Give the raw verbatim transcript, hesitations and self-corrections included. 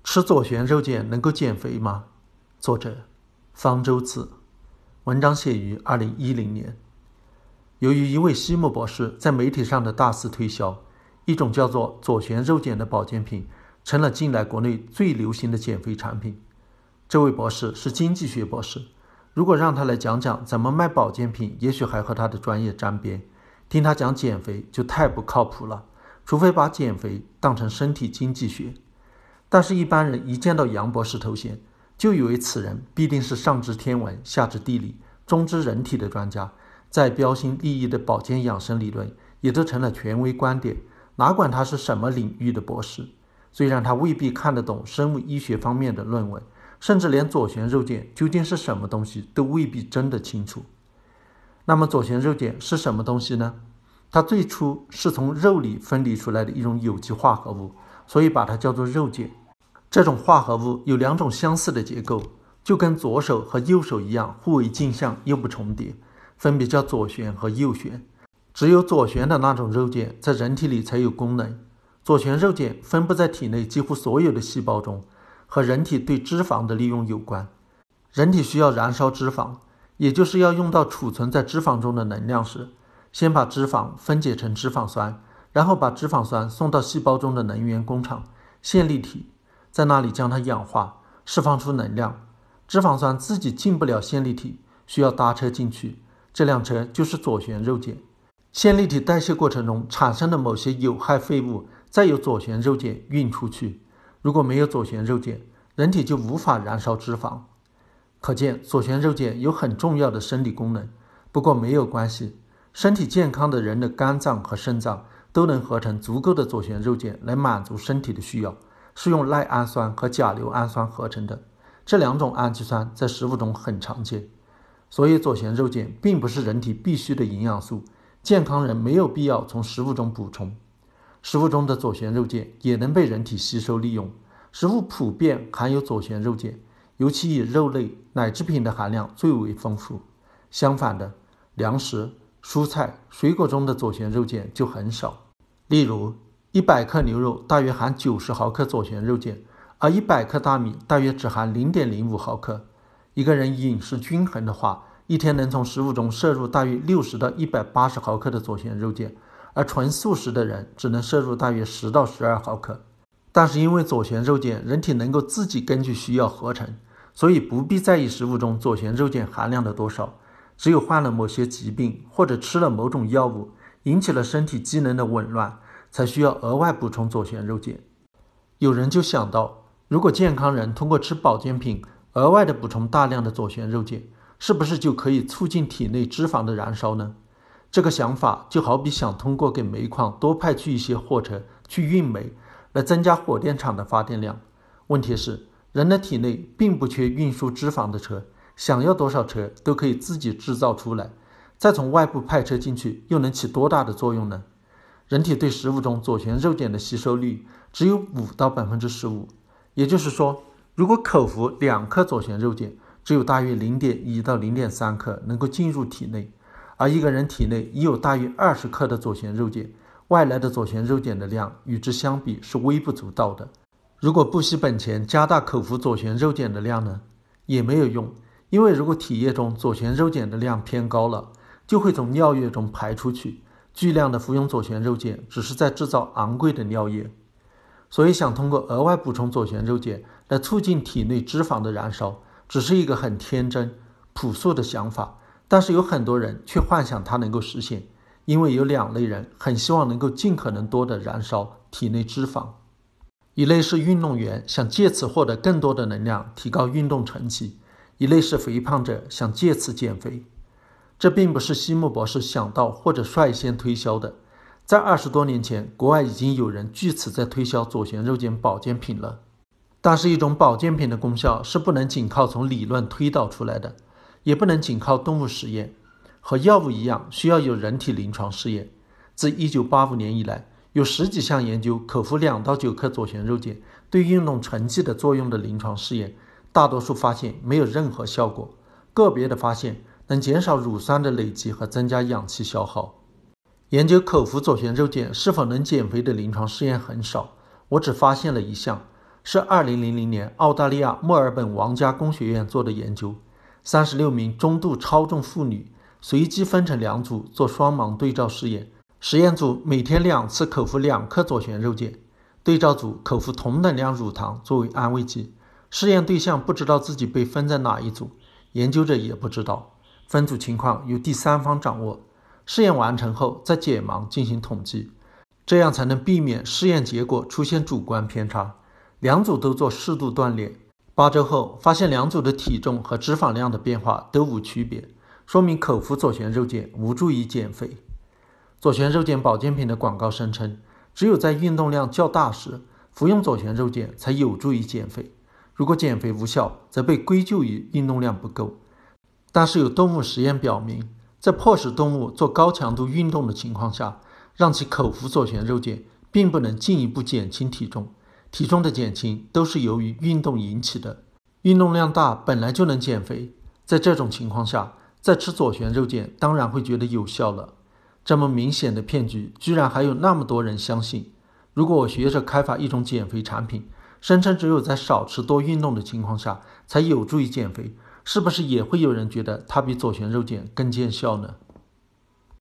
吃左旋肉碱能够减肥吗？作者方舟子，文章写于二零一零年。由于一位西姆博士在媒体上的大肆推销，一种叫做左旋肉碱的保健品成了近来国内最流行的减肥产品。这位博士是经济学博士，如果让他来讲讲怎么卖保健品，也许还和他的专业沾边。听他讲减肥就太不靠谱了，除非把减肥当成身体经济学。但是一般人一见到杨博士头衔，就以为此人必定是上知天文下知地理中知人体的专家，在标新立异的保健养生理论也都成了权威观点，哪管他是什么领域的博士。虽然他未必看得懂生物医学方面的论文，甚至连左旋肉碱究竟是什么东西都未必真的清楚。那么左旋肉碱是什么东西呢？它最初是从肉里分离出来的一种有机化合物，所以把它叫做肉碱。这种化合物有两种相似的结构，就跟左手和右手一样，互为镜像又不重叠，分别叫左旋和右旋。只有左旋的那种肉碱在人体里才有功能。左旋肉碱分布在体内几乎所有的细胞中，和人体对脂肪的利用有关。人体需要燃烧脂肪，也就是要用到储存在脂肪中的能量时，先把脂肪分解成脂肪酸，然后把脂肪酸送到细胞中的能源工厂线粒体，在那里将它氧化，释放出能量。脂肪酸自己进不了线粒体，需要搭车进去，这辆车就是左旋肉碱。线粒体代谢过程中产生的某些有害废物，再由左旋肉碱运出去。如果没有左旋肉碱，人体就无法燃烧脂肪。可见左旋肉碱有很重要的生理功能。不过没有关系，身体健康的人的肝脏和肾脏都能合成足够的左旋肉碱来满足身体的需要，是用赖氨酸和甲硫氨酸合成的，这两种氨基酸在食物中很常见。所以左旋肉碱并不是人体必需的营养素，健康人没有必要从食物中补充。食物中的左旋肉碱也能被人体吸收利用，食物普遍含有左旋肉碱，尤其以肉类、奶制品的含量最为丰富。相反的，粮食、蔬菜、水果中的左旋肉碱就很少。例如一百克牛肉大约含九十毫克左旋肉碱，而一百克大米大约只含 零点零五毫克。一个人饮食均衡的话，一天能从食物中摄入大约六十到一百八十毫克的左旋肉碱，而纯素食的人只能摄入大约十到十二毫克。但是因为左旋肉碱人体能够自己根据需要合成，所以不必在意食物中左旋肉碱含量的多少。只有患了某些疾病或者吃了某种药物，引起了身体机能的紊乱，才需要额外补充左旋肉碱。有人就想到，如果健康人通过吃保健品额外的补充大量的左旋肉碱，是不是就可以促进体内脂肪的燃烧呢？这个想法就好比想通过给煤矿多派去一些货车去运煤，来增加火电厂的发电量。问题是，人的体内并不缺运输脂肪的车，想要多少车都可以自己制造出来，再从外部派车进去，又能起多大的作用呢？人体对食物中左旋肉碱的吸收率只有五到百分之十五，也就是说，如果口服两克左旋肉碱，只有大约 零点一到零点三克能够进入体内，而一个人体内已有大约二十克的左旋肉碱，外来的左旋肉碱的量与之相比是微不足道的。如果不惜本钱加大口服左旋肉碱的量呢，也没有用，因为如果体液中左旋肉碱的量偏高了，就会从尿液中排出去，巨量的服用左旋肉碱只是在制造昂贵的尿液。所以想通过额外补充左旋肉碱来促进体内脂肪的燃烧，只是一个很天真朴素的想法，但是有很多人却幻想它能够实现，因为有两类人很希望能够尽可能多的燃烧体内脂肪。一类是运动员，想借此获得更多的能量，提高运动成绩；一类是肥胖者，想借此减肥。这并不是西姆博士想到或者率先推销的，在二十多年前，国外已经有人据此在推销左旋肉碱保健品了。但是一种保健品的功效是不能仅靠从理论推导出来的，也不能仅靠动物实验，和药物一样需要有人体临床试验。自一九八五年以来，有十几项研究口服两到九克左旋肉碱对运动成绩的作用的临床试验，大多数发现没有任何效果，个别的发现能减少乳酸的累积和增加氧气消耗。研究口服左旋肉碱是否能减肥的临床试验很少，我只发现了一项， 是二零零零年澳大利亚墨尔本王家工学院做的研究。三十六名中度超重妇女随机分成两组做双盲对照试验，实验组每天两次口服两克左旋肉碱，对照组口服同等量乳糖作为安慰剂。试验对象不知道自己被分在哪一组，研究者也不知道，分组情况由第三方掌握。试验完成后再解盲进行统计，这样才能避免试验结果出现主观偏差。两组都做适度锻炼，八周后发现两组的体重和脂肪量的变化都无区别，说明口服左旋肉碱无助于减肥。左旋肉碱保健品的广告声称，只有在运动量较大时，服用左旋肉碱才有助于减肥，如果减肥无效，则被归咎于运动量不够。但是有动物实验表明，在迫使动物做高强度运动的情况下，让其口服左旋肉碱并不能进一步减轻体重，体重的减轻都是由于运动引起的。运动量大本来就能减肥，在这种情况下，再吃左旋肉碱当然会觉得有效了。这么明显的骗局，居然还有那么多人相信。如果我学着开发一种减肥产品，声称只有在少吃多运动的情况下才有助于减肥，是不是也会有人觉得它比左旋肉碱更见效呢？